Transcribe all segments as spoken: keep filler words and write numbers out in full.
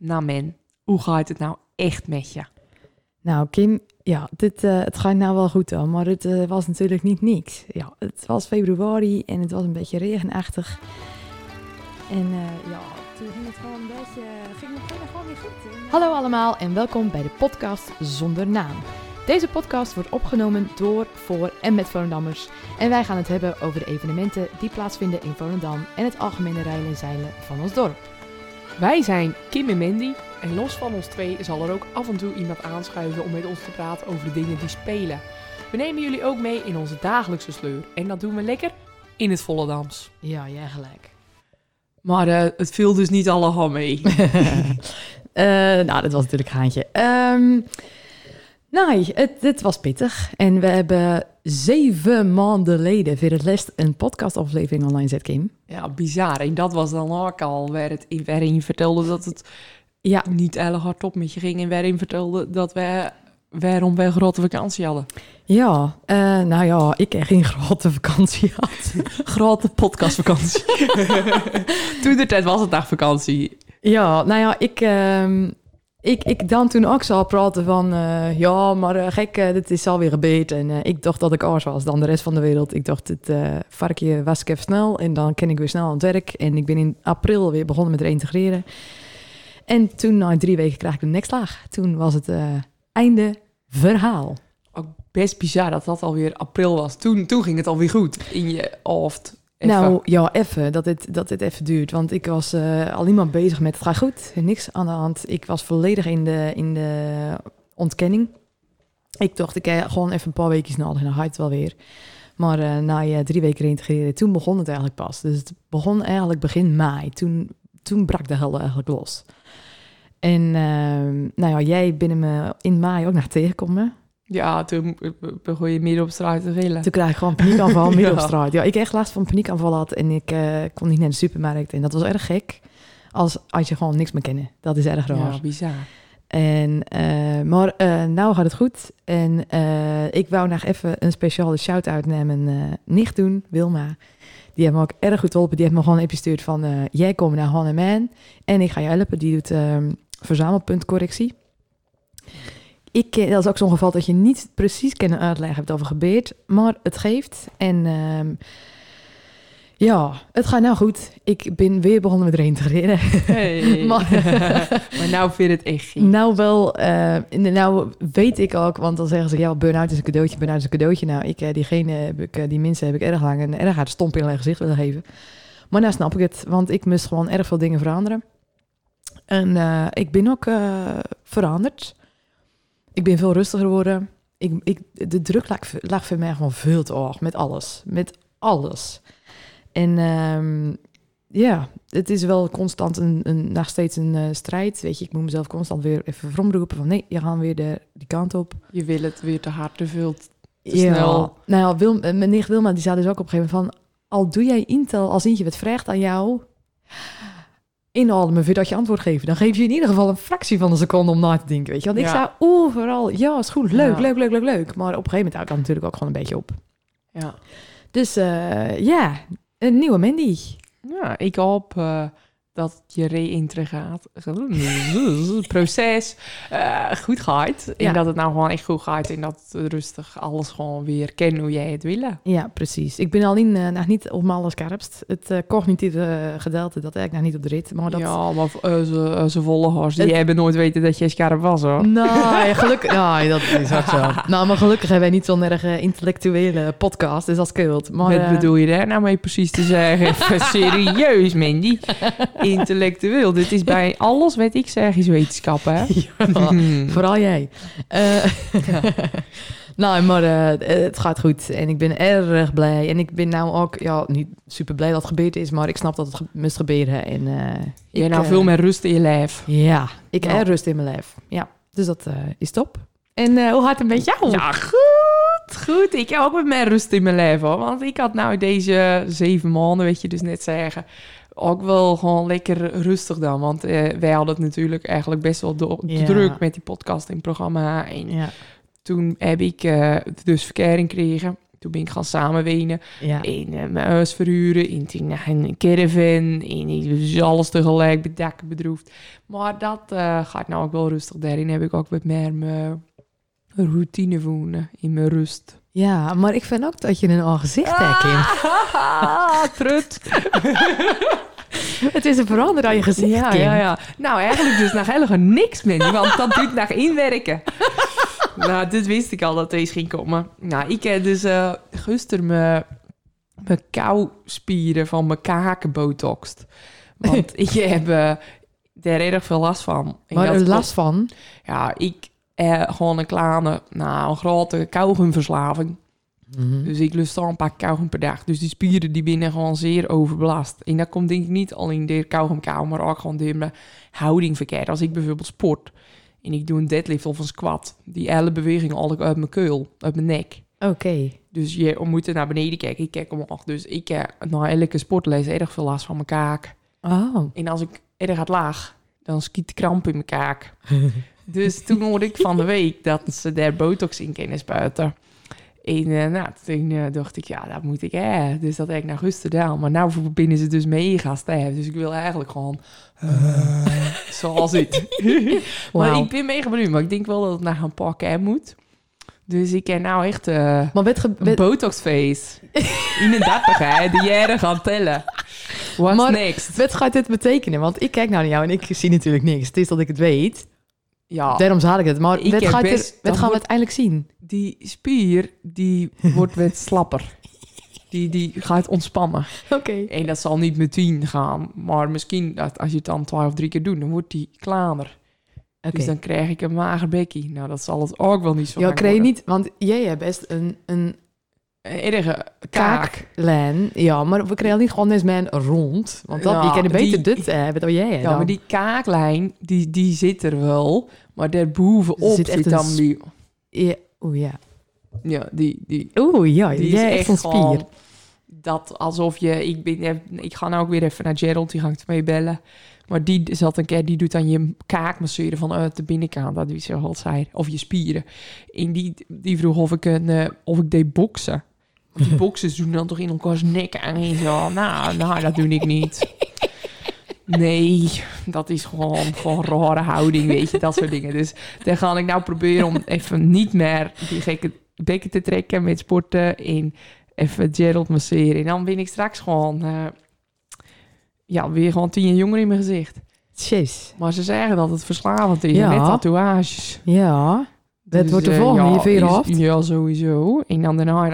Nou men, hoe gaat het nou echt met je? Nou Kim, ja, dit, uh, het gaat nou wel goed hoor, maar het uh, was natuurlijk niet niks. Ja, het was februari en het was een beetje regenachtig. En uh, ja, toen ging het gewoon een beetje, ging het verder gewoon weer goed. En, uh... Hallo allemaal en welkom bij de podcast Zonder Naam. Deze podcast wordt opgenomen door, voor en met Volendammers. En wij gaan het hebben over de evenementen die plaatsvinden in Volendam en het algemene rijden en zeilen van ons dorp. Wij zijn Kim en Mandy en los van ons twee zal er ook af en toe iemand aanschuiven om met ons te praten over de dingen die spelen. We nemen jullie ook mee in onze dagelijkse sleur en dat doen we lekker in het Volendams. Ja, jij gelijk. Maar uh, het viel dus niet allemaal mee. uh, nou, dat was natuurlijk een haantje. Um, nee, het, het was pittig. En we hebben zeven maanden geleden voor het laatst een podcastaflevering online zet, Kim. Ja, bizar. En dat was dan ook al waar het in waarin je vertelde dat het ja. niet heel hard op met je ging. En waarin vertelde dat we waarom wij een grote vakantie hadden. Ja, uh, nou ja, ik heb geen grote vakantie had. Grote podcastvakantie. Toen de tijd was het nog vakantie. Ja, nou ja, ik... Uh, Ik, ik dan toen ook zo praten van, uh, ja, maar uh, gek, uh, dit is alweer gebeurd. En uh, ik dacht dat ik anders was dan de rest van de wereld. Ik dacht, het uh, varkje was ik even snel en dan ken ik weer snel aan het werk. En ik ben in april weer begonnen met reintegreren. En toen, na drie weken, kreeg ik de nekslag. Toen was het uh, einde verhaal. Ook best bizar dat dat alweer april was. Toen, toen ging het alweer goed in je hoofd. Even. Nou ja, even. Dat dit, dat dit even duurt. Want ik was uh, al iemand bezig met het gaat goed. Niks aan de hand. Ik was volledig in de, in de ontkenning. Ik dacht, ik heb gewoon even een paar weekjes nodig en dan gaat het wel weer. Maar uh, na je drie weken reintegreren, toen begon het eigenlijk pas. Dus het begon eigenlijk begin mei. Toen, toen brak de hel eigenlijk los. En uh, nou ja, jij binnen me in mei ook nog tegenkomen. Ja, toen begon je midden op straat te rillen. Toen kreeg ik gewoon paniekaanval midden op straat. Ja, ik echt last van paniekaanval had en ik uh, kon niet naar de supermarkt. En dat was erg gek, als, als je gewoon niks meer kende. Dat is erg raar. Ja, bizar. En, uh, maar uh, nou gaat het goed. En uh, ik wou nog even een speciale shout-out naar mijn uh, nicht doen, Wilma. Die heeft me ook erg goed geholpen. Die heeft me gewoon een gestuurd van, uh, jij komt naar Han en Man en ik ga je helpen. Die doet uh, verzamelpuntcorrectie. Ik, dat is ook zo'n geval dat je niet precies kan uitleggen wat over gebeurt, maar het geeft. En uh, ja, het gaat nou goed. Ik ben weer begonnen met reintegreren. Hey. maar, maar nou vind je het echt geen. Nou wel, uh, nou weet ik ook, want dan zeggen ze, ja, burn-out is een cadeautje, burn-out is een cadeautje. Nou, ik, diegene heb ik, die mensen heb ik erg lang een erg hard stomp in hun gezicht willen geven. Maar nou snap ik het, want ik moest gewoon erg veel dingen veranderen. En uh, ik ben ook uh, veranderd. Ik ben veel rustiger geworden. Ik, ik, de druk lag, lag voor mij gewoon veel te hoog. Met alles. Met alles. En um, ja, het is wel constant een, een, nog steeds een uh, strijd. Weet je, ik moet mezelf constant weer even vromroepen van nee, je gaat weer de, die kant op. Je wil het weer te hard, te veel, te ja, snel. Nou ja, Wil, mijn nicht Wilma, die zei dus ook op een gegeven moment van, al doe jij Intel, als Intje wat vraagt aan jou, inademen voordat je antwoord geeft. Dan geef je in ieder geval een fractie van een seconde om na te denken, weet je. Want ja. Ik zei overal, ja, is goed, leuk, ja. leuk, leuk, leuk, leuk. Maar op een gegeven moment houdt dat natuurlijk ook gewoon een beetje op. Ja. Dus uh, ja, een nieuwe Mandy. Ja, ik hoop uh, dat je reïntegraat, het proces uh, goed gaat. En ja. dat het nou gewoon echt goed gaat en dat het rustig alles gewoon weer kennen hoe jij het wil. Ja, precies. Ik ben alleen uh, nog niet op mijn allerscherpst. Het uh, cognitieve uh, gedeelte, dat eigenlijk nog niet op de rit. Maar dat... Ja, maar uh, ze, uh, ze volgers, die het... hebben nooit weten dat jij scherp was, hoor. Nee, gelukkig... nee, dat is ook zo. Nou, maar gelukkig hebben wij niet zo'n erg uh, intellectuele podcast, dus dat scheelt. Maar, Wat uh... bedoel je daar nou mee precies te zeggen? Serieus, Mandy? Intellectueel. Dit is bij alles wat ik zeg is wetenschap, hè? Ja, vooral jij. Uh, nou, maar uh, het gaat goed. En ik ben erg blij. En ik ben nou ook, ja, niet super blij dat het gebeurd is, maar ik snap dat het ge- moest gebeuren. En, uh, je hebt nou uh, veel meer rust in je lijf. Ja, ik nou. heb rust in mijn lijf. Ja, dus dat uh, is top. En uh, hoe gaat het met jou? Ja, goed, goed. Ik heb ook met meer rust in mijn lijf, hoor. Want ik had nou deze zeven maanden, weet je dus net zeggen, ook wel gewoon lekker rustig dan. Want uh, wij hadden het natuurlijk eigenlijk best wel do- ja. druk met die podcast en programma. En ja. toen heb ik uh, dus verkering gekregen. toen ben ik gaan samenwonen. Ja. In uh, mijn huis verhuren, in een caravan, in dus alles tegelijk bedekken, bedroefd. Maar dat uh, gaat nou ook wel rustig. Daarin heb ik ook wat meer mijn routine wonen, in mijn rust. Ja, maar ik vind ook dat je een al gezicht hebt, Kim. Ah, trut. Het is een verander aan je gezicht, Ja, Kim. ja, ja. Nou, eigenlijk dus nog helemaal niks meer, want dat doet nog inwerken. Nou, dit wist ik al dat deze ging komen. Nou, ik heb dus uh, gisteren mijn, mijn kauwspieren van mijn kaken botoxed. Want ik heb uh, daar erg veel last van. En Maar dat er last van? Ja, ik heb gewoon een kleine, nou, een grote kauwgumverslaving. Mm-hmm. Dus ik lust al een paar kauwgum per dag. Dus die spieren die binnen gewoon zeer overbelast. En dat komt denk ik niet alleen door kauwgumkauw, maar ook gewoon door mijn houding verkeerd. Als ik bijvoorbeeld sport en ik doe een deadlift of een squat, die hele beweging al uit mijn keul, uit mijn nek. Oké. Okay. Dus je moet er naar beneden kijken. Ik kijk omhoog. Dus ik heb na elke sportles erg veel last van mijn kaak. Oh. En als ik erg gaat laag, dan schiet de kramp in mijn kaak. Dus toen hoorde ik van de week dat ze daar botox in kunnen spuiten. En uh, nou, toen uh, dacht ik, ja, dat moet ik hè. Dus dat heb ik naar Gusterdam. Maar nou binnen ze dus mega stijf. Dus ik wil eigenlijk gewoon uh, zoals het. Wow. Maar ik ben mega benieuwd. Maar ik denk wel dat het naar een pakken moet. Dus ik heb nou echt uh, maar werd ge- een botoxface. eenendertig, hè. Die jaren gaan tellen. What's maar next? Wat gaat dit betekenen? Want ik kijk nou naar jou en ik zie natuurlijk niks. Het is dat ik het weet. Ja. Daarom zaad ik het. Maar Ik wat, heb gaat er, best- wat dat gaan we wordt- uiteindelijk zien? Die spier, die wordt wat slapper. Die, die gaat ontspannen. Oké. Okay. En dat zal niet meteen gaan. Maar misschien, dat als je het dan twee of drie keer doet, dan wordt die kleiner. Okay. Dus dan krijg ik een mager bekkie. Nou, dat zal het ook wel niet zo Ja, lang krijg je worden. niet, want jij hebt best een, een Een erge kaak. kaaklijn. Ja, maar we krijgen niet gewoon eens mijn rond. Want dat, Ja, je kan er beter die- dit hebben dan jij. Ja, dan. maar die kaaklijn, die, die zit er wel. Maar daarbovenop Er zit, zit echt dan een die... Ja, oeh ja. Ja, die... die Oeh ja, Die jij is echt een spier. gewoon dat alsof je... Ik, ben, ik ga nou ook weer even naar Gerald, die ga ik mee bellen. Maar die zat een keer, die doet dan je kaak masseren vanuit de binnenkant. Dat is zoals zei. Of je spieren. En die, die vroeg of ik, een, uh, of ik deed boksen. Die boxers doen dan toch in elkaars nek aan en zo. Nou, nou, dat doe ik niet. Nee, dat is gewoon, gewoon rare houding, weet je, dat soort dingen. Dus dan ga ik nou proberen om even niet meer die gekke bekken te trekken met sporten en even Gerald masseren. En dan ben ik straks gewoon, uh, ja, weer gewoon tien jaar jonger in mijn gezicht. Jeez. Maar ze zeggen dat het verslavend is, Ja. met tatoeages. Ja. Dat Dus, wordt de uh, volgende, ja, je veer is- hoofd. Ja, sowieso. En dan daarna,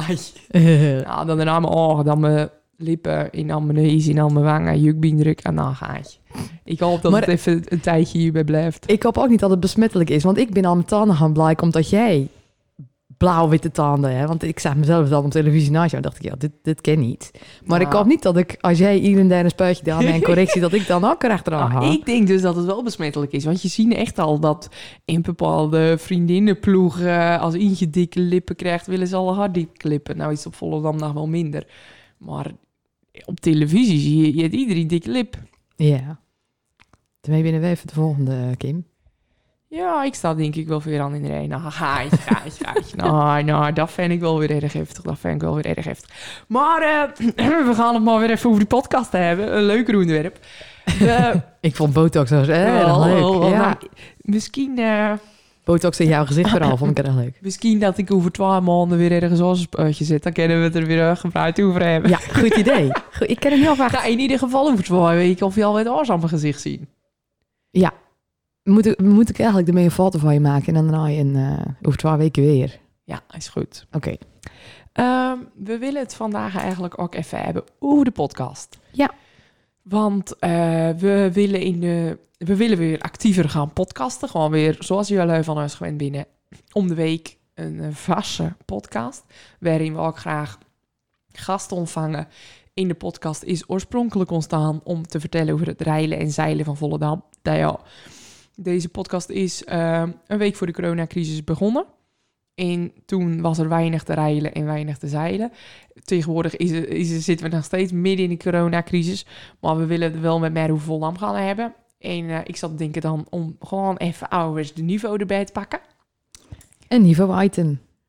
nou, dan daarna mijn ogen, dan mijn lippen, en dan mijn neus, en dan mijn wangen, jukbiendruk en dan ga je. Ik hoop dat Maar- het even een tijdje hierbij blijft. Ik hoop ook niet dat het besmettelijk is, want ik ben al mijn tanden gaan blijken omdat jij blauw-witte tanden hebt. Want ik zag mezelf dan op televisie naast jou en dacht ik, ja, dit, dit ken niet. Maar Ja. ik hoop niet dat ik, als jij hier en daar een spuitje dan en correctie, dat ik dan ook erachteraan Nou, ga. ik denk dus dat het wel besmettelijk is. Want je ziet echt al dat in bepaalde vriendinnenploegen, als eentje dikke lippen krijgt, willen ze alle hard dik klippen. Nou is het op Volendam nog wel minder. Maar op televisie zie je, je hebt iedereen dikke lip. Ja. Daarmee winnen we even de volgende, Kim. Ja, ik sta denk ik wel weer aan in de rij. Nou, gaatje, gaatje, gaatje. Nou, nou, dat vind ik wel weer erg heftig. Dat vind ik wel weer erg heftig. Maar uh, we gaan het maar weer even over die podcast hebben. Een leuker onderwerp. De, Ik vond botox zo erg wel, leuk. wel, wel, ja. nou, misschien, uh, Botox in jouw gezicht vooral, vond ik erg leuk. misschien dat ik over twaalf maanden weer ergens als een spuitje zit. Dan kunnen we het er weer uh, gebruikt over hebben. Ja, goed idee. Goed, ik ken hem heel vaak. Ga in ieder geval over twee weken of je alweer het oors aan mijn gezicht zien. Ja. Moet ik, moet ik eigenlijk ermee een foto van je maken en dan daarna je een, uh, over twee weken weer. Ja, is goed. Oké. Okay. Um, we willen het vandaag eigenlijk ook even hebben over de podcast. Ja. Want uh, we, willen in de, we willen weer actiever gaan podcasten. Gewoon weer, zoals jullie van ons gewend binnen, om de week een uh, vaste podcast. Waarin we ook graag gasten ontvangen. In de podcast is oorspronkelijk ontstaan om te vertellen over het reilen en zeilen van Volendam. Dat ja, deze podcast is uh, een week voor de coronacrisis begonnen. En toen was er weinig te reilen en weinig te zeilen. Tegenwoordig is er, is er, zitten we nog steeds midden in de coronacrisis. Maar we willen er wel met meer over Volendam gaan hebben. En uh, ik zat te denken dan om gewoon even ouders de niveau erbij te pakken. Een niveau-item.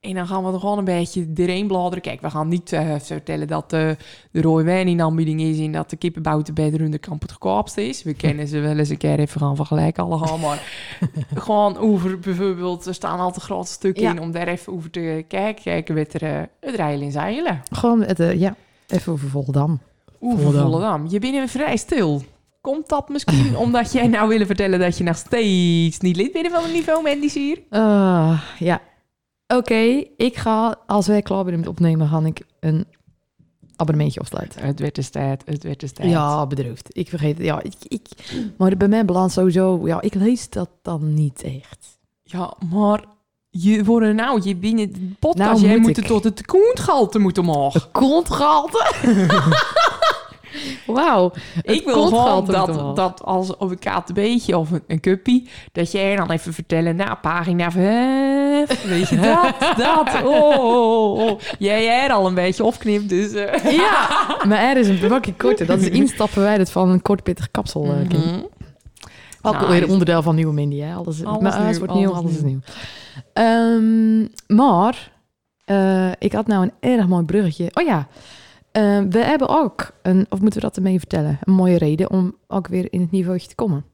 En dan gaan we er gewoon een beetje erin bladeren. Kijk, we gaan niet uh, vertellen dat uh, de rode wijn in aanbieding is en dat de kippenbouten bij de Runderkamp het goedkoopste is. We kennen ze wel eens een keer even gaan vergelijken allemaal. Maar gewoon over bijvoorbeeld, er staan altijd grote stukken Ja. in om daar even over te kijken. Kijken met er, uh, het rijlen in zeilen. Gewoon, het, uh, ja, even over Volendam. Over Volendam. Volendam. Je bent vrij stil. Komt dat misschien omdat jij nou willen vertellen dat je nog steeds niet lid bent van het niveau Mandy's hier? Uh, ja. Oké, okay, ik ga, als wij klaar zijn met opnemen, ga ik een abonnementje opsluiten. Het werd de tijd, het werd de tijd. Ja, bedroefd. Ik vergeet het. Ja, ik, ik, maar bij mijn balans sowieso, ja, ik lees dat dan niet echt. Ja, maar je wordt nou, je binnen de podcast, Nou jij moet moet ik. tot het kontgehalte moeten omhoog. De kontgehalte? Wauw. Ik wil gewoon dat, dat als of een katerbeetje of een, een cuppie, dat jij dan even vertellen, nou, pagina vijf, weet je, dat, dat, oh, oh, oh. Jij jij er al een beetje opknipt, dus... Uh. Ja, maar er is een bakje korter. Dat is instappen verwijderd van een kort pittig kapsel. Uh, Mm-hmm. Ook Nou, alweer een onderdeel van Nieuwe Mindy, hè. Alles, Alles maar, alles nieuw, wordt nieuw, alles alles is nieuw. nieuw. Um, maar, uh, ik had nou een erg mooi bruggetje. Oh ja, uh, we hebben ook, een, of moeten we dat ermee vertellen, een mooie reden om ook weer in het niveautje te komen.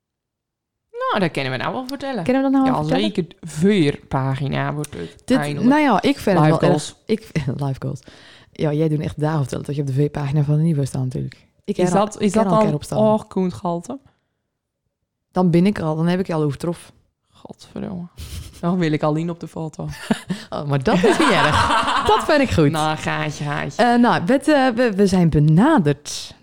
Nou, dat kunnen we nou wel vertellen. Kunnen we dat nou Ja, wel vertellen? zeker veerpagina wordt het Dit, eindelijk. nou ja, ik vind het Live wel goals. erg... Ik, live goals. Ja, jij doet echt dagen vertellen dat je op de V-pagina van het niveau staat natuurlijk. Ik Is er al- dat, is ik er dat al een keer dan op staan. oh, koentgehalte? Dan ben ik er al, dan heb ik je al overtroffen. Godverdomme. Dan wil ik alleen op de foto. Oh, maar dat is niet erg. Dat vind ik goed. Nou, gaatje, gaatje. Uh, nou, we, uh, we, we zijn benaderd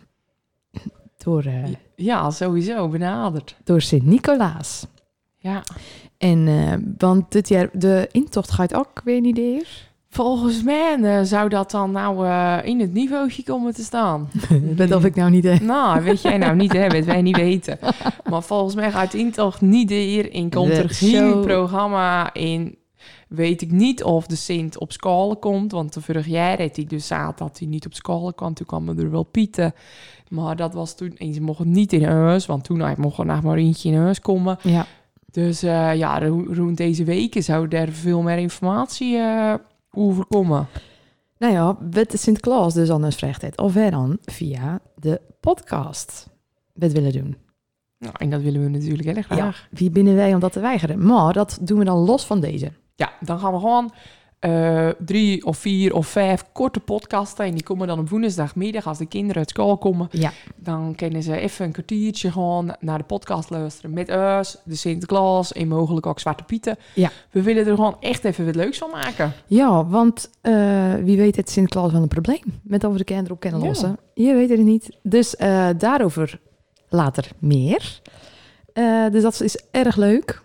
door, uh, Ja, sowieso, benaderd. door Sint-Nicolaas. Ja. En, uh, want dit jaar, de intocht gaat ook weer niet eer. Volgens mij uh, zou dat dan nou uh, in het niveautje komen te staan. Dat of ik nou niet... Uh... Nou, weet jij nou niet, hè? Weet wij niet weten. Maar volgens mij gaat de intocht niet eer in. Komt er geen programma in. Weet ik niet of de Sint op school komt. Want de vorig jaar had hij dus zaad dat hij niet op school kwam. Toen kwamen er wel pieten. Maar dat was toen... En ze mochten niet in huis. Want toen hij mocht er nog maar eentje in huis komen. Ja. Dus uh, ja, rond deze weken zou er veel meer informatie uh, over komen. Nou ja, met Sint-Klaas dus anders vraagt het. Of wij dan via de podcast wat willen doen. Nou, en dat willen we natuurlijk heel erg graag. Ja, wie binnen wij om dat te weigeren? Maar dat doen we dan los van deze. Ja, dan gaan we gewoon uh, drie of vier of vijf korte podcasten. En die komen dan op woensdagmiddag als de kinderen uit school komen. Ja. Dan kunnen ze even een kwartiertje gewoon naar de podcast luisteren. Met ons, de Sinterklaas en mogelijk ook Zwarte Pieten. Ja. We willen er gewoon echt even wat leuks van maken. Ja, want uh, wie weet het Sinterklaas wel een probleem. Met over de kinderen op kunnen lossen. Ja. Je weet het niet. Dus uh, daarover later meer. Uh, dus dat is erg leuk.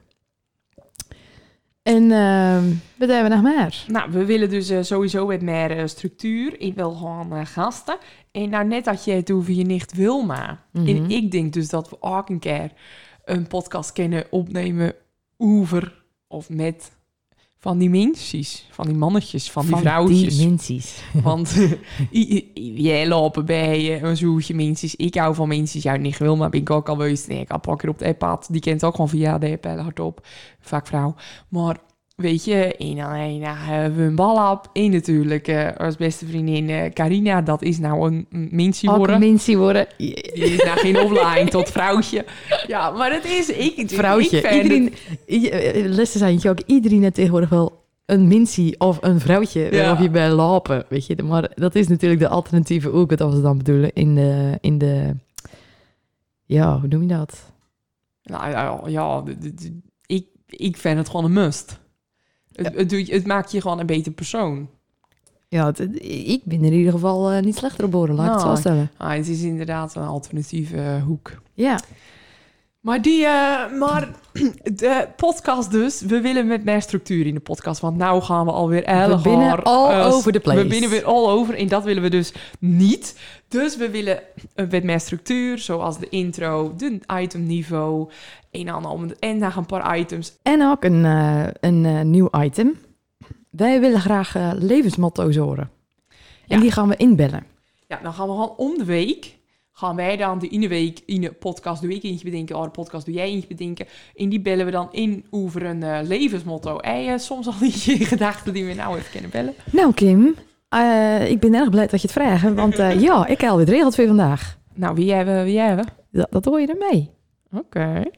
En uh, wat hebben we nog meer? Nou, we willen dus uh, sowieso met meer uh, structuur. Ik wil gewoon uh, gasten. En nou net had je het over je nicht Wilma. Mm-hmm. En ik denk dus dat we ook een keer een podcast kunnen opnemen over of met van die mensjes, van die mannetjes, van, van die vrouwtjes. Van die mensjes. Want uh, jij lopen bij uh, een zoetje mensjes. Ik hou van mensjes. Jouw nicht Wilma ben ik ook al geweest. Nee, ik heb een keer op de iPad. Die kent ook gewoon via de iPad hardop. Vaak vrouw. Maar weet je, en dan hebben we een bal op. En natuurlijk uh, als beste vriendin uh, Carina. Dat is nou een, een mensje worden. Ook een mensje worden. Die is nou geen opleiding tot vrouwtje. Ja, maar het is... Ik, vrouwtje. Ik iedereen, het... Lessen zijn je ook. Iedereen heeft tegenwoordig wel een mensje of een vrouwtje. Ja. Waarop je bij lopen, weet je. Maar dat is natuurlijk de alternatieve ook. Wat we dan bedoelen in de... In de ja, hoe noem je dat? Nou ja, ja de, de, de, ik, ik vind het gewoon een must. Het, ja. het, het, het maakt je gewoon een beter persoon. Ja, het, ik ben in ieder geval uh, niet slechter op boren, laat ik nou, het zo stellen. Ah, het is inderdaad een alternatieve uh, hoek. Ja. Maar die, uh, maar de podcast dus, we willen met meer structuur in de podcast, want nou gaan we alweer heel We binnen all uh, over the place. We binnen weer all over en dat willen we dus niet. Dus we willen een wat meer structuur, zoals de intro, de itemniveau en dan om het en nog een paar items. En ook een, uh, een uh, nieuw item. Wij willen graag uh, levensmotto's horen. En ja. die gaan we inbellen. Ja, dan gaan we gewoon om de week gaan wij dan de ene week in de podcast doe ik eentje bedenken, oh, de podcast doe jij eentje bedenken. En die bellen we dan in over een uh, levensmotto. En uh, soms al die gedachten die we nou even kunnen bellen. Nou Kim, uh, ik ben erg blij dat je het vraagt, want uh, ja, ik heb alweer het regeld voor vandaag. Nou, wie hebben wie hebben? Dat, dat hoor je ermee. Oké. Okay.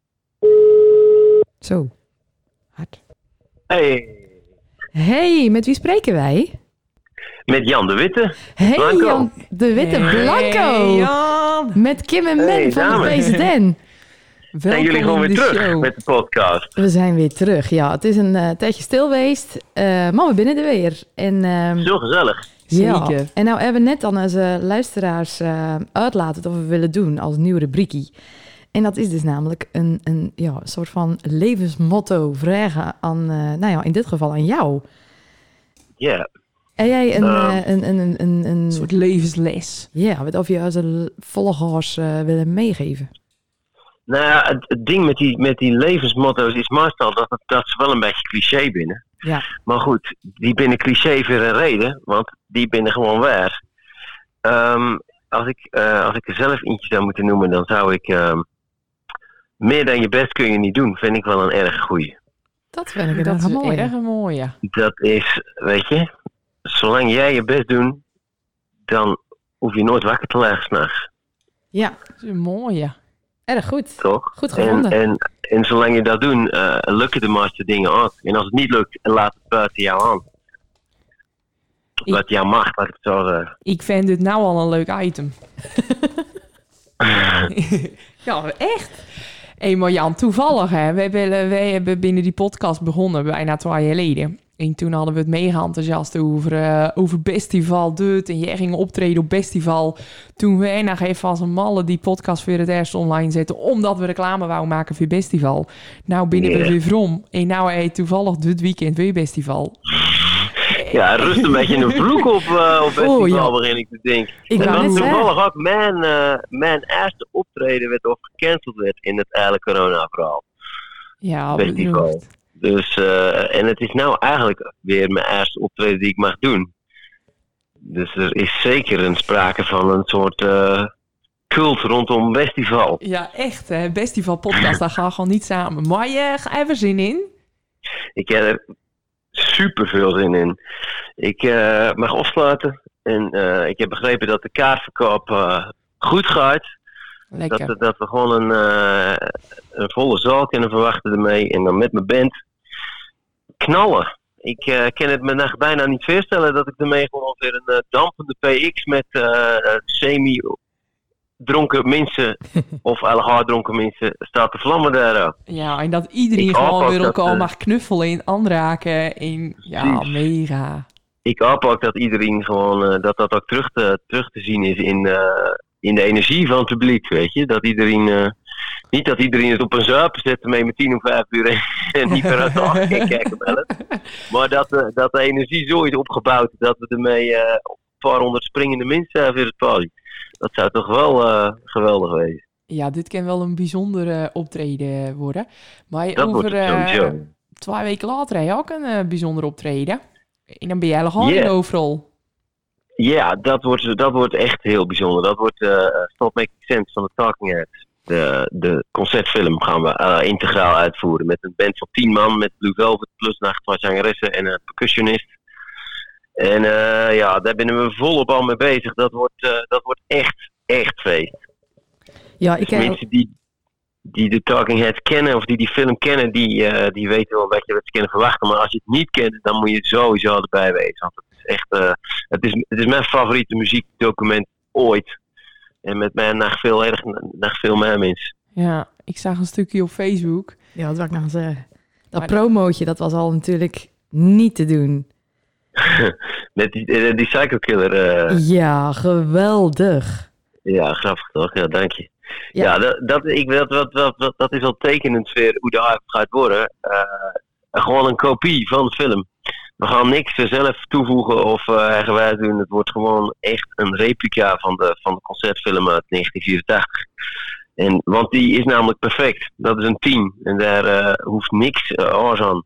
Zo. Hard. Hey. Hey, met wie spreken wij? Met Jan de Witte. Hey Blanco. Jan de Witte Hey, Blanco. Jan. Met Kim en Men Hey, van dames. de P Z N. Zijn jullie gewoon weer terug show. Met de podcast? We zijn weer terug, ja. Het is een uh, tijdje stil geweest, uh, maar we binnen er weer. En, uh, Zo gezellig. Ja. Zeker. En nou hebben we net aan onze luisteraars uh, uitlaten wat we willen doen als nieuw rubriekie. En dat is dus namelijk een, een ja, soort van levensmotto vragen aan, uh, nou ja, in dit geval aan jou. Ja. Yeah. En jij een, Uh, uh, een, een, een, een, een... Een soort levensles. Ja, wat of je onze volgers uh, willen meegeven. Nou ja, het, het ding met die, met die levensmotto's is meestal dat, het, dat ze wel een beetje cliché binnen. Ja. Maar goed, die binnen cliché voor een reden, want die binnen gewoon waar. Um, als, ik, uh, als ik er zelf eentje zou moeten noemen, dan zou ik... Um, meer dan je best kun je niet doen, vind ik wel een erg goeie. Dat vind ik dat een is mooie. erg mooi, ja. Dat is, weet je, zolang jij je best doet, dan hoef je nooit wakker te liggen s'nachts. Ja. Dat is een mooie. Erg goed. Toch? Goed gevonden. En, en, en zolang je dat doet, uh, lukken de meeste dingen ook. En als het niet lukt, laat het buiten jou aan. Ik, wat jou mag, laat ik het zo zeggen. Ik vind dit nou al een leuk item. Ja, echt. Hé, maar Jan, toevallig hè. Wij, willen, wij hebben binnen die podcast begonnen, bijna twee jaar geleden. En toen hadden we het mega enthousiast over, uh, over Bestival Dut. En jij ging optreden op Bestival. Toen wij nog even als een malle die podcast voor het eerst online zetten. Omdat we reclame wouden maken voor Bestival. Nou binnen yeah. we weer vrom. En nou hey, toevallig dit weekend weer Bestival. Ja, rust een beetje een vloek op, uh, op Bestival, oh, ja. begin ik te denken. Ik en dan toevallig hè? ook mijn, uh, mijn eerste optreden werd of gecanceld werd in het hele corona-verhaal. Ja, Bestival. Dus, uh, en het is nou eigenlijk weer mijn eerste optreden die ik mag doen. Dus er is zeker een sprake van een soort uh, cult rondom Bestival. Ja, echt hè. Bestival podcast, daar gaan we gewoon niet samen. Maar je ga even zin in? Ik heb er super veel zin in. Ik uh, mag afsluiten. En uh, ik heb begrepen dat de kaartverkoop uh, goed gaat. Lekker. Dat, dat we gewoon een, uh, een volle zaal kunnen verwachten ermee. En dan met mijn band knallen. Ik uh, kan het me nog bijna niet voorstellen dat ik ermee gewoon weer een uh, dampende P X met uh, semi-dronken mensen of eigenlijk dronken mensen staat te vlammen daar. Ja, en dat iedereen ik gewoon weer elkaar uh, mag knuffelen en aanraken. En, ja, precies. Mega. Ik hoop ook dat iedereen gewoon, uh, dat dat ook terug te, terug te zien is in... Uh, in de energie van het publiek, weet je. Dat iedereen, uh, niet dat iedereen het op een zuipen zet mee met tien of vijf uur en niet meer uit de acht kan kijken bellen. Maar dat, uh, dat de energie zo is opgebouwd dat we ermee uh, een paar honderd springende mensen hebben in het podium. Dat zou toch wel uh, geweldig wezen. Ja, dit kan wel een bijzonder uh, optreden worden. Maar dat over uh, twee weken later heb je ook een uh, bijzonder optreden. En dan ben jij gewoon yeah. in de hoofdrol. Ja, dat wordt, dat wordt echt heel bijzonder. Dat wordt uh, Stop Making Sense van de Talking Heads. De, de concertfilm gaan we uh, integraal uitvoeren. Met een band van tien man, met Blue Velvet, plus nog twee zangeressen en een percussionist. En uh, ja, daar ben we volop al mee bezig. Dat wordt, uh, dat wordt echt, echt feest. Ja, ik dus mensen die, die de Talking Heads kennen, of die die film kennen, die, uh, die weten wel een beetje wat ze kunnen verwachten. Maar als je het niet kent, dan moet je sowieso erbij wezen. Want het is echt, uh, het is, het is mijn favoriete muziekdocument ooit. En met mij nog veel, erg, nog veel meer mensen. Ja, ik zag een stukje op Facebook. Ja, dat wil ik nog zeggen. Dat maar promootje, dat was al natuurlijk niet te doen. Met die, uh, die Psycho Killer. Uh... Ja, geweldig. Ja, grappig toch? Ja, dank je. Ja, ja dat, dat, ik, dat, dat, dat, dat is al tekenend voor hoe de hype gaat worden. Uh, gewoon een kopie van de film. We gaan niks zelf toevoegen of eigenwijs uh, doen. Het wordt gewoon echt een replica van de, van de concertfilm uit negentien vierentachtig. En, want die is namelijk perfect. Dat is een tien. En daar uh, hoeft niks uh, oors aan.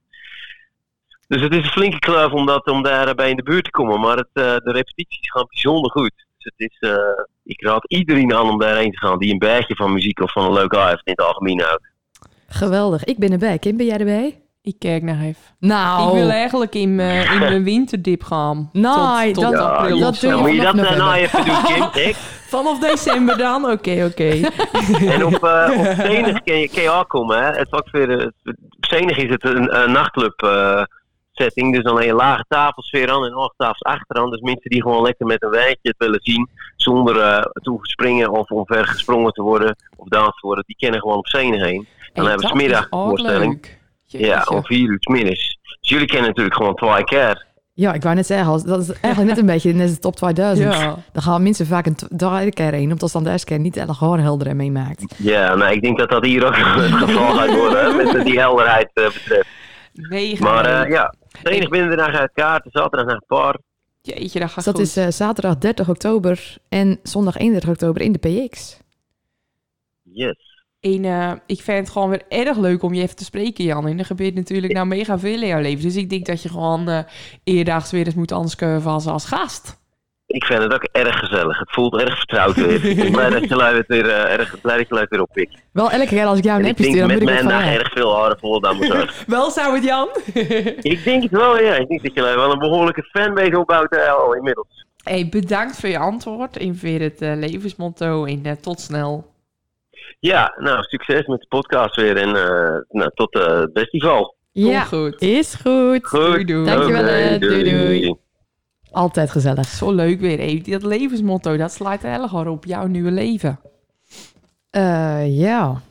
Dus het is een flinke kluif om, dat, om daarbij in de buurt te komen. Maar het, uh, de repetities gaan bijzonder goed. Het is, uh, ik raad iedereen aan om daarheen te gaan die een beetje van muziek of van een leuk haar heeft in het algemeen houdt. Geweldig. Ik ben erbij. Kim, ben jij erbij? Ik kijk naar even. Nou. Ik wil eigenlijk in mijn, in mijn winterdip gaan. Nee, tot, tot dat, april dat of zo. doe Dan moet je dat vanaf daarna november. even doen, Kim. Ik. Vanaf december dan? Oké, okay, oké. Okay. En op, uh, op Zenig kun je, kun je ook komen. Hè? Het vak weer, uh, op Zenig is het een, een nachtclub uh, setting. Dus dan heb je lage tafels weer aan en hoge tafels achteraan. Dus mensen die gewoon lekker met een wijntje het willen zien. Zonder uh, te springen of omver gesprongen te worden. Of dansen te worden. Die kennen gewoon op Zenig heen. Dan hey, hebben we smiddag een voorstelling. Ja, om vier uur 's middags. Dus jullie kennen natuurlijk gewoon twee keer. Ja, ik wou net zeggen, dat is eigenlijk net een beetje net de top tweeduizend. Ja. Dan gaan mensen vaak een derde keer heen, omdat ze dan de eerste keer niet echt gewoon helder meemaakt. Ja, nou, ik denk dat dat hier ook het geval gaat worden, hè, met die helderheid uh, betreft. Mega. Maar uh, ja, Zenig binnendag uit kaarten, zaterdag naar het paar. Jeetje, dat gaat dus dat goed. is uh, zaterdag dertig oktober en zondag eenendertig oktober in de P X. Yes. En uh, ik vind het gewoon weer erg leuk om je even te spreken, Jan. En er gebeurt natuurlijk nou mega veel in jouw leven. Dus ik denk dat je gewoon uh, eerdaags weer eens moet aanschuiven als, als gast. Ik vind het ook erg gezellig. Het voelt erg vertrouwd weer. Ik ben blij dat je lui het weer, uh, erg, blij dat je lui het weer oppikt. Wel elke keer als ik jou een En appje ik stuur, denk dan moet met ik ook mijn van dag ja. erg veel haren vol dan moet ik. Wel zou het, Jan? Ik denk het wel, ja. Ik denk dat je lui wel een behoorlijke fanbase opbouwt uh, al inmiddels. Hey, bedankt voor je antwoord en voor het uh, levensmotto en uh, tot snel. Ja, nou, succes met de podcast weer en uh, nou, tot uh, het festival. Ja, goed. is goed. Goed. Doei, doei. Dankjewel, Okay, uh, doei, doei. Altijd gezellig. Zo leuk weer. Hey, dat levensmotto, dat slaat heel erg op jouw nieuwe leven. Uh, ja.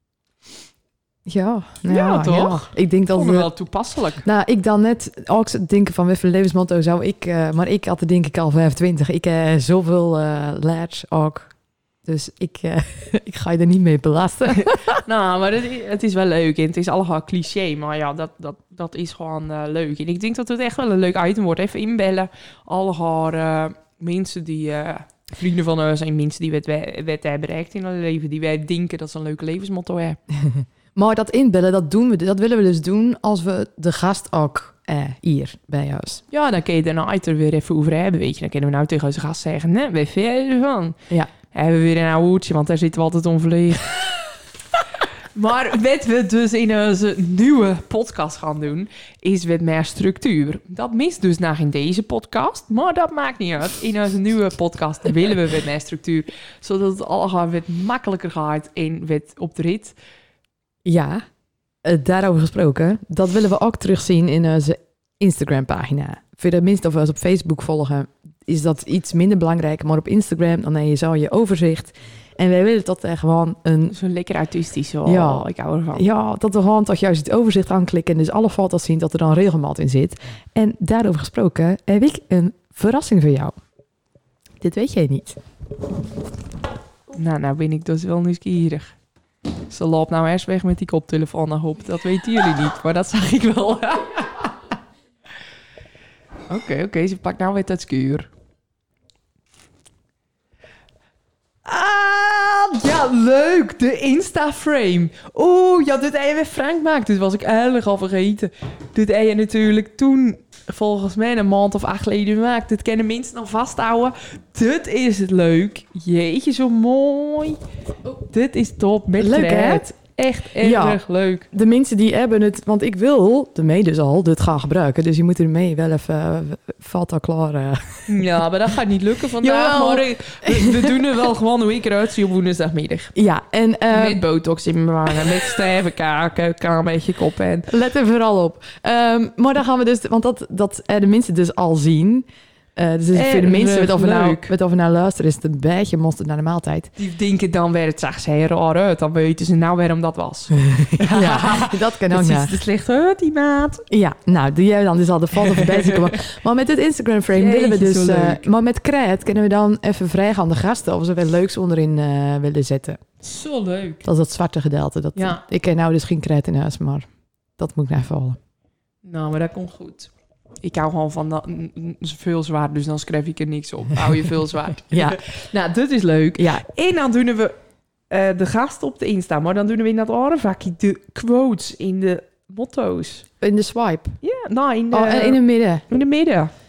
Ja, nou, Ja, toch? Ja. Ik denk dat Vond het we, wel toepasselijk. nou, ik dan net ook denken van welke levensmotto zou ik, uh, maar ik had er denk ik al vijfentwintig. Ik heb uh, zoveel uh, lads ook. Dus ik, uh, ik ga je er niet mee belasten. Nou, maar het is, het is wel leuk. En het is allemaal cliché. Maar ja, dat, dat, dat is gewoon uh, leuk. En ik denk dat het echt wel een leuk item wordt. Even inbellen. Allemaal uh, mensen die... Uh, vrienden van ons en mensen die wij hebben bereikt in hun leven. Die wij denken dat ze een leuke levensmotto hebben. Maar dat inbellen, dat doen we. Dat willen we dus doen als we de gast ook eh, hier bij ons. Ja, dan kun je er nou uit er weer even over hebben, weet je. Dan kunnen we nou tegen onze gast zeggen, nee, wat vind jij ervan? Ja. Hebben we weer een oude hoedje, want daar zitten we altijd om verlegen. Maar wat we dus in onze nieuwe podcast gaan doen, is wat meer structuur. Dat mist dus nog in deze podcast, maar dat maakt niet uit. In onze nieuwe podcast willen we wat meer structuur, zodat het allemaal wat makkelijker gaat en wat op de rit. Ja, uh, daarover gesproken. Dat willen we ook terugzien in onze Instagram-pagina. Voor de mensen of we ons op Facebook volgen, is dat iets minder belangrijk. Maar op Instagram, dan heb je zo je overzicht. En wij willen dat er gewoon een... Zo lekker autistisch, oh, ja, ik hou ervan. Ja, dat we gewoon toch juist het overzicht aanklikken en dus alle foto's zien dat er dan regelmaat in zit. En daarover gesproken heb ik een verrassing voor jou. Dit weet jij niet. Nou, nou ben ik dus wel nieuwsgierig. Ze loopt nou eerst weg met die koptelefoon naar op. Dat weten jullie niet, maar dat zag ik wel. Oké, oké, okay, ze pakt nou weer het skuur. Ah, ja, leuk. De Insta-frame. Oeh, ja, dit heb je Frank maakt. Dit was ik eigenlijk al vergeten. Dit heb je natuurlijk toen, volgens mij, een maand of acht geleden gemaakt. Dit kunnen mensen nog vasthouden. Dit is het leuk. Jeetje, zo mooi. Dit is top. Met Leuk, krijt. hè? Echt erg Ja. leuk. De mensen die hebben het, want ik wil ermee dus al dit gaan gebruiken. Dus je moet ermee wel even uh, valt al klaar. Uh. Ja, maar dat gaat niet lukken vandaag. Jawel. Maar we, we doen er wel gewoon hoe ik eruit zie op woensdagmiddag. Ja, en uh, Met botox in mijn wangen, met stijve kaken, kan een beetje kop en... let er vooral op. Um, maar dan gaan we dus, want dat, dat uh, de mensen dus al zien. Uh, dus Erg voor de mensen wat over, nou, leuk. wat over naar luisteren is het een beetje mosterd naar de maaltijd. Die denken dan weer, het zag ze heel raar uit. Dan weten ze nou waarom dat was. Ja, dat kan ook Dat nog. is te slecht uit, die maat. Ja, nou, die hebben dan dus al de foto voorbij zien komen. Maar met dit Instagram frame Jeetje, willen we dus... zo Uh, leuk. maar met Krijt kunnen we dan even vragen aan de gasten of ze wel leuks onderin uh, willen zetten. Zo leuk. Dat is dat zwarte gedeelte. Dat, Ja. Ik ken nou dus geen Krijt in huis, maar dat moet ik naar vallen. Nou, maar dat komt goed. Ik hou gewoon van dat, n- n- veel zwaard, dus dan schrijf ik er niks op. Hou je veel zwaard. Ja. Nou, dit is leuk. Ja, En dan doen we uh, de gast op de Insta, maar dan doen we in dat andere vakje de quotes in de motto's. in de swipe. Ja, nou, in de, Oh, en in het midden. in de midden.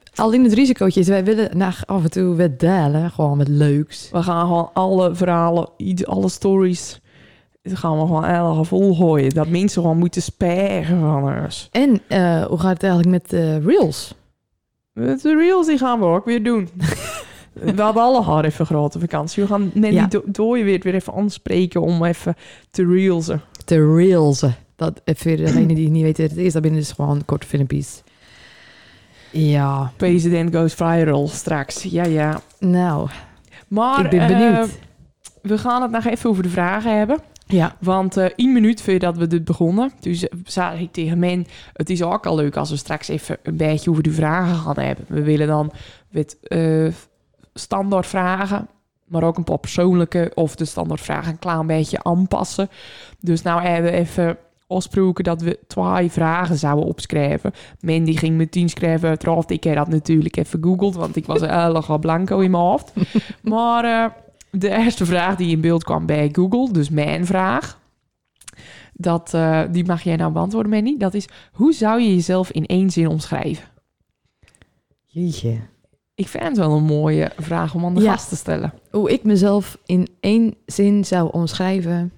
Alleen het risicootje is, wij willen naar af en toe wat delen. Gewoon wat leuks. We gaan gewoon alle verhalen, ieder- alle stories... Dat gaan we gewoon erg volgooien. Dat mensen gewoon moeten sparen van ons. En uh, hoe gaat het eigenlijk met de uh, reels? Met de reels die gaan we ook weer doen. We hadden alle haar even grote vakantie. We gaan net Ja. niet do- door je weer, weer even aanspreken om even te reelsen. De reels. Dat, voor degene die niet weten wat het is, dat binnen dus gewoon korte filmpjes. Ja, President goes viral straks. Ja, ja. nou, Maar ik ben eh, benieuwd. we gaan het nog even over de vragen hebben. Ja, Want uh, één minuut voordat we dit begonnen, dus uh, zei ik tegen men, het is ook al leuk als we straks even een beetje over de vragen gaan hebben. We willen dan met uh, standaard vragen, maar ook een paar persoonlijke of de standaard vragen een klein beetje aanpassen. Dus nou hebben we even afgesproken dat we twee vragen zouden opschrijven. Men die ging meteen schrijven uit haar hoofd. Ik heb dat natuurlijk even gegoogeld, want ik was erg blanco in mijn hoofd. Maar... Uh, de eerste vraag die in beeld kwam bij Google, dus mijn vraag, dat, uh, die mag jij nou beantwoorden, Mandy. Dat is, hoe zou je jezelf in één zin omschrijven? jeetje. Ik vind het wel een mooie vraag om aan de Ja. gast te stellen. Hoe ik mezelf in één zin zou omschrijven.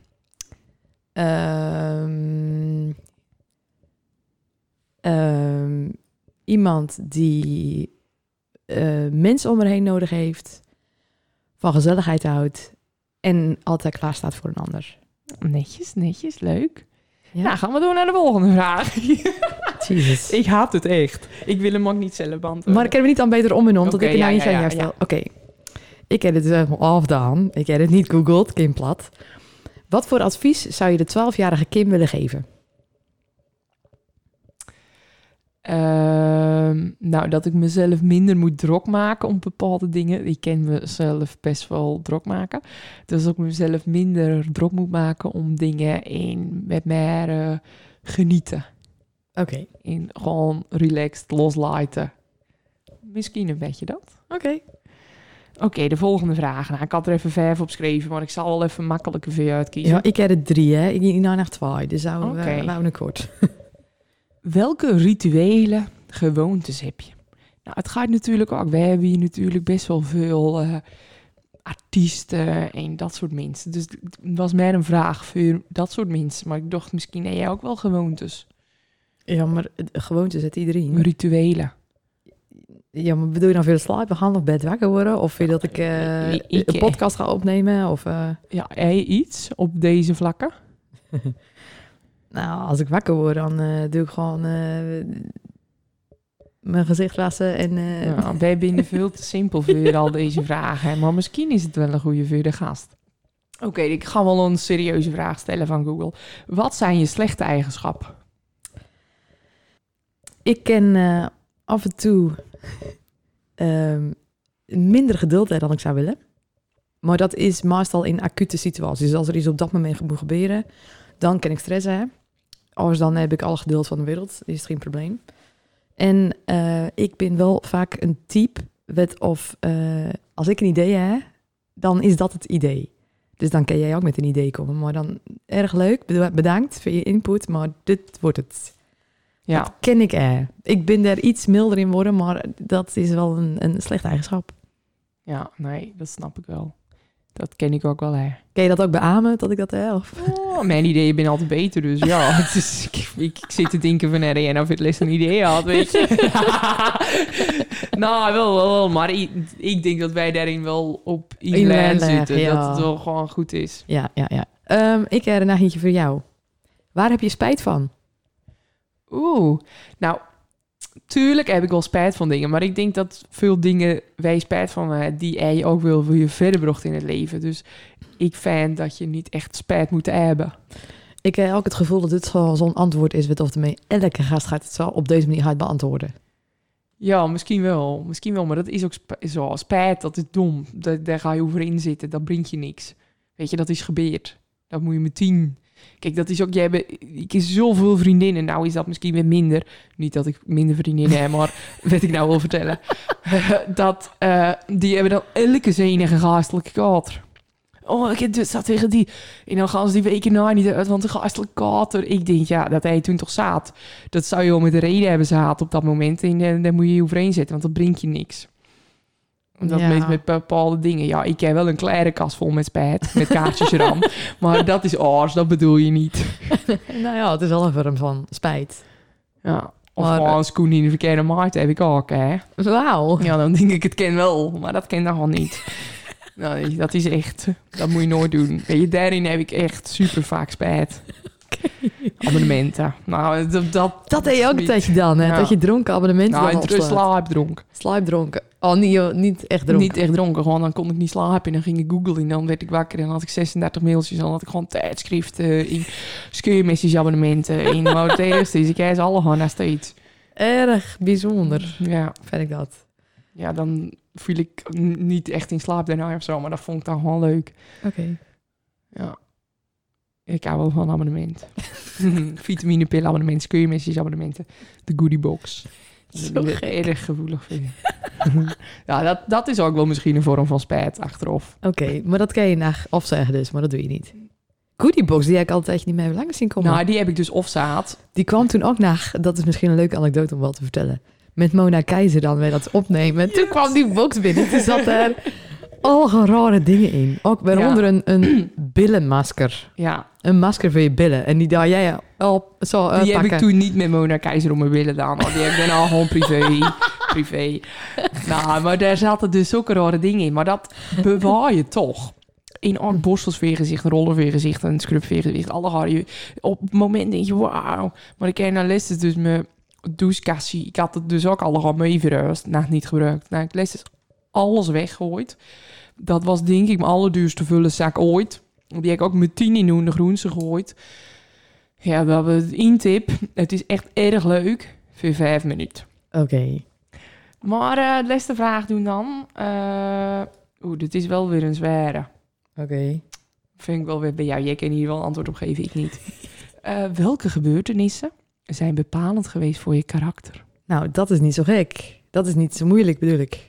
Ehm, ehm, iemand die uh, mensen om me heen nodig heeft, van gezelligheid houdt en altijd klaar staat voor een ander. Netjes, netjes, leuk. Ja. Nou, gaan we door naar de volgende vraag. Jezus. Ik haat het echt. Ik wil hem ook niet zelf beantwoorden. Maar ik heb er niet aan beter om en om, dat Oké, ik het nou ja, niet ja, aan jou ja, stel. Oké. Ik heb het dus helemaal afgedaan. Ik heb het niet googeld, Kim Plat. Wat voor advies zou je de twaalfjarige Kim willen geven? Ehm, nou, dat ik mezelf minder moet druk maken om bepaalde dingen. Ik ken mezelf best wel druk maken. Dus dat ik mezelf minder druk moet maken om dingen in met mij uh, genieten. Oké. Okay. In gewoon relaxed, loslaten. Misschien een beetje dat. Oké. Okay. Oké, okay, de volgende vraag. Nou, ik had er even vijf opgeschreven, maar ik zal wel even makkelijker voor je uitkiezen. Ja, ik heb er drie, hè. Ik ging nou naar twee, dus zou okay. we nou een kort. Welke rituele gewoontes heb je? Nou, het gaat natuurlijk ook. We hebben hier natuurlijk best wel veel uh, artiesten en dat soort mensen. Dus het was mij een vraag voor dat soort mensen. Maar ik dacht, misschien heb jij ook wel gewoontes. Ja, maar gewoontes het iedereen. Rituelen. Ja, maar bedoel je dan veel slapen gaan of bed wakker worden? Of wil je dat ik, uh, ik, ik een podcast ga opnemen? Of, uh... Ja, hey, iets op deze vlakken? Nou, als ik wakker word, dan uh, doe ik gewoon uh, mijn gezicht wassen en... Uh... Ja, wij zijn veel te simpel voor al deze vragen. Maar misschien is het wel een goede voor de gast. Oké, okay, ik ga wel een serieuze vraag stellen van Google. Wat zijn je slechte eigenschappen? Ik ken uh, af en toe uh, minder geduld hè, dan ik zou willen. Maar dat is meestal in acute situaties. Dus als er iets op dat moment moet gebeuren, dan kan ik stress hebben. Anders dan heb ik alle geduld van de wereld. Is het geen probleem. En uh, ik ben wel vaak een type, wat of uh, als ik een idee heb, dan is dat het idee. Dus dan kan jij ook met een idee komen. Maar dan erg leuk, bedankt voor je input, maar dit wordt het. Ja. Dat ken ik er. Ik ben daar iets milder in worden, maar dat is wel een, een slechte eigenschap. Ja, nee, dat snap ik wel. Dat ken ik ook wel, hè. Ken je dat ook beamen, dat ik dat heb? Oh, mijn ideeën ben altijd beter, dus ja. Het is, ik, ik, ik zit te denken van, nee, en of het les een idee had, weet je. Nou, wel, wel, wel. Maar ik, ik denk dat wij daarin wel op één lijn zitten. Ja. Dat het wel gewoon goed is. Ja, ja, ja. Um, ik heb een nachtje voor jou. Waar heb je spijt van? Oeh, nou... Tuurlijk heb ik wel spijt van dingen, maar ik denk dat veel dingen wij spijt van hebben, die jij ook wil voor je verder bracht in het leven. Dus ik vind dat je niet echt spijt moet hebben. Ik heb ook het gevoel dat dit gewoon zo'n antwoord is, wat ermee elke gast gaat het zo op deze manier gaat beantwoorden. Ja, misschien wel. Misschien wel, maar dat is ook sp- zo. Spijt, dat is dom. Dat, daar ga je over in zitten, dat brengt je niks. Weet je, dat is gebeurd. Dat moet je meteen... Kijk, dat is ook... Jij hebt, ik heb zoveel vriendinnen. Nou is dat misschien weer minder. Niet dat ik minder vriendinnen heb, maar wat ik nou wil vertellen. dat uh, die hebben dan elke zenige geestelijke kater. Oh, ik heb dus dat tegen die. En dan gaan ze die weken na niet uit, want de gastelijk kater. Ik denk, ja, dat hij toen toch zaad. Dat zou je wel met de reden hebben zaad op dat moment. En uh, daar moet je je overheen zetten, want dat brengt je niks. Dat Ja. met, met bepaalde dingen. Ja, ik heb wel een kleine kast vol met spijt. Met kaartjes eran. Maar dat is oors, dat bedoel je niet. Nou ja, het is wel een vorm van spijt. Ja. Of Maar, gewoon een schoen in de verkeerde maat heb ik ook, hè. Wauw. Ja, dan denk ik, het ken wel. Maar dat ken dan gewoon niet. Nou, dat is echt... Dat moet je nooit doen. Weet je, daarin heb ik echt super vaak spijt. Abonnementen. Nou, dat... Dat, Dat deed je ook een tijdje dan, hè? Ja. Dat je dronken abonnementen Nou, dan in opslaat. slaapdronken. Slaapdronken. Oh, niet, joh, niet echt dronken. Niet echt dronken, gewoon dan kon ik niet slapen. En dan ging ik googlen en dan werd ik wakker. En dan had ik zesendertig mailtjes. En dan had ik gewoon tijdschriften, in scheurmessies abonnementen. In maar het eerste is, ik heb ze alle gewoon nog steeds. Erg bijzonder, Ja, vind ik dat. ja, dan viel ik n- niet echt in slaap daarna of zo. Maar dat vond ik dan gewoon leuk. Oké. Ja. Ik hou wel van abonnement. Vitaminepil abonnement, scheurmessies abonnementen. De goodiebox. Zo Dat ik gek. erg gevoelig vind. Ja, dat, dat is ook wel misschien een vorm van spijt achteraf. Oké, maar dat kan je naar afzeggen dus, maar dat doe je niet. Goodiebox, die heb ik altijd niet meer langs zien komen. Nou, die heb ik dus opzaad. Die kwam toen ook naar, dat is misschien een leuke anekdote om wel te vertellen. Met Mona Keizer dan weer dat opnemen. En toen kwam die box binnen. Toen zat er al rare dingen in. Ook waaronder een, een billenmasker. Ja, Een masker voor je billen. En die daar jij op zo die heb ik uitpakken. toen niet met Mona Keizer om mijn billen gedaan. hoor. Die heb ik daarna gewoon privé. privé. Nou, maar daar zaten dus zulke rare dingen in. Maar dat bewaar je toch. In ook borstelsveergezicht, een rollerveergezicht, een scrubveergezicht. Alle haar je. Op het moment denk je, wauw. Maar ik heb nou les dus mijn douchekassie. Ik had het dus ook allemaal mee verhuisd. Nou, niet gebruikt. Nou, ik les dus alles weggegooid. Dat was denk ik mijn allerduurste vullenzak ooit. Die heb ik ook meteen in de groenste gegooid. Ja, we hebben het intip. Het is echt erg leuk. Voor vijf minuten. Oké. Maar uh, de laatste vraag doen dan. Uh, Oeh, dit is wel weer een zware. Oké. Vind ik wel weer bij jou. Jij kan hier wel een antwoord op geven, ik niet. Uh, welke gebeurtenissen zijn bepalend geweest voor je karakter? Nou, dat is niet zo gek. Dat is niet zo moeilijk, bedoel ik.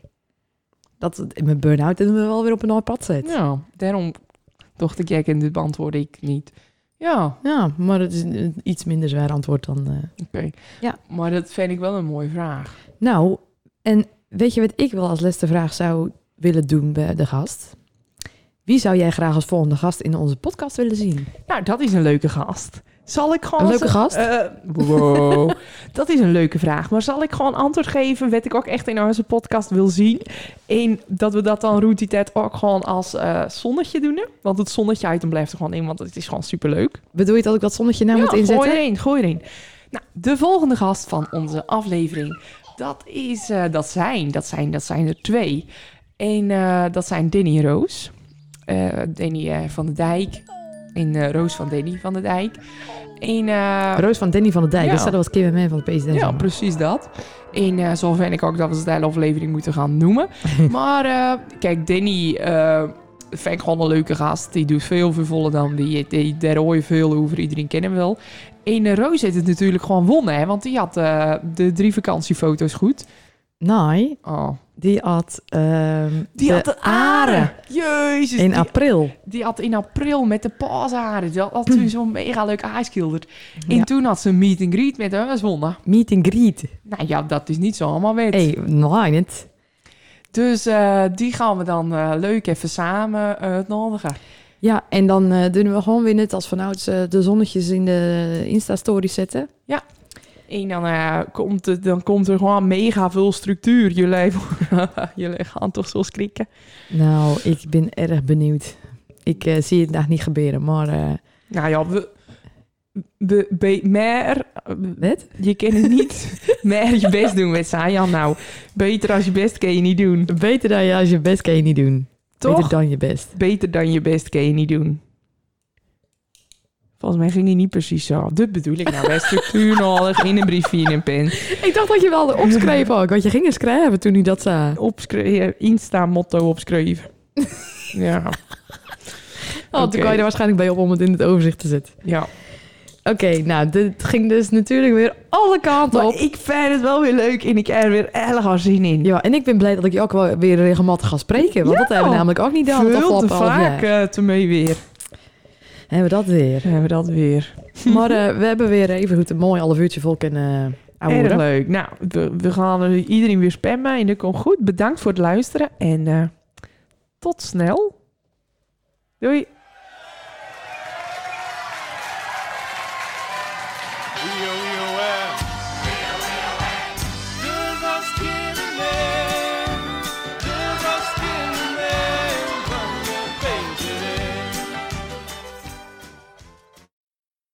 Dat, mijn burn-out dat me wel weer op een ander pad zet. Ja, daarom dacht ik, jij kent dit beantwoord ik niet. Ja, Ja, maar het is een iets minder zwaar antwoord dan... uh, oké. Okay. Ja. Maar dat vind ik wel een mooie vraag. Nou, en weet je wat ik wel als laatste vraag zou willen doen bij de gast? Wie zou jij graag als volgende gast in onze podcast willen zien? Nou, dat is een leuke gast. Zal ik gewoon... Een leuke gast? Uh, wow. Dat is een leuke vraag. Maar zal ik gewoon antwoord geven wat ik ook echt in onze podcast wil zien? En dat we dat dan rond die tijd ook gewoon als uh, zonnetje doen. Hè? Want het zonnetje-item blijft er gewoon in, want het is gewoon superleuk. Bedoel je dat ik dat zonnetje nou ja, moet inzetten? gooi erin, gooi erin. Nou, de volgende gast van onze aflevering, dat is... Uh, dat zijn, dat zijn, dat zijn er twee. En uh, dat zijn Danny en Roos. Uh, Danny uh, van der Dijk en uh, Roos van Danny van der Dijk. En, uh, Roos van Danny van der Dijk. Ja. Dat staat als Kim van de P S D. ja, precies dat. En uh, zo vind ik ook dat we de hele aflevering moeten gaan noemen. Maar uh, kijk, Danny uh, vind ik gewoon een leuke gast. Die doet veel vervollen dan. Die, die, daar hoor je veel over. Iedereen kent hem wel. En uh, Roos heeft het natuurlijk gewoon wonnen. Hè? Want die had uh, de drie vakantiefoto's goed. Nee, Oh. die had... Uh, Die de had de aren. Jezus. In die, april. die had in april met de paasaren. Die had, had toen zo'n mega leuk aanschilderd. En Ja. toen had ze een meet and greet met haar wonnen. Meet and greet. Nou ja, dat is niet zo allemaal wet. Hé, hey, nee, niet. Dus uh, die gaan we dan uh, leuk even samen uh, uitnodigen. Ja, en dan uh, doen we gewoon weer net als vanouds uh, de zonnetjes in de Insta-story zetten. En dan, uh, komt het, dan komt er gewoon mega veel structuur. Jullie, jullie gaan toch zo skrikken. Nou, ik ben erg benieuwd. Ik uh, zie het nog niet gebeuren, maar... Uh, Nou ja, we... we be, meer... Wat? Je kan het niet meer je best doen met Sajan. Nou, beter als je best kan je niet doen. Beter dan je als je best kan je niet doen. Toch? Beter dan je best. Beter dan je best kan je niet doen. Volgens mij ging hij niet precies zo. Dat bedoel ik nou. Bij structuur nodig in een briefje in een pen. Ik dacht dat je wel de opschreef ook. Want je ging schrijven toen hij dat zei. Opschrijven, Insta-motto opschrijven. Ja. Oh, Oké. toen kan je er waarschijnlijk bij op om het in het overzicht te zetten. Ja. Oké, okay, nou, dit ging dus natuurlijk weer alle kanten maar op. ik vind het wel weer leuk en ik heb er weer erg al zin in. Ja, en ik ben blij dat ik je ook wel weer regelmatig ga spreken. Want ja, dat hebben we namelijk ook niet gedaan. Veel te vaak uh, te mee weer. Hebben we dat weer. Hebben we dat weer. Maar uh, we hebben weer even goed een mooi half uurtje vol kunnen uh, Erg leuk. Nou, we, we gaan uh, iedereen weer spammen en dat komt goed. Bedankt voor het luisteren en uh, tot snel. Doei.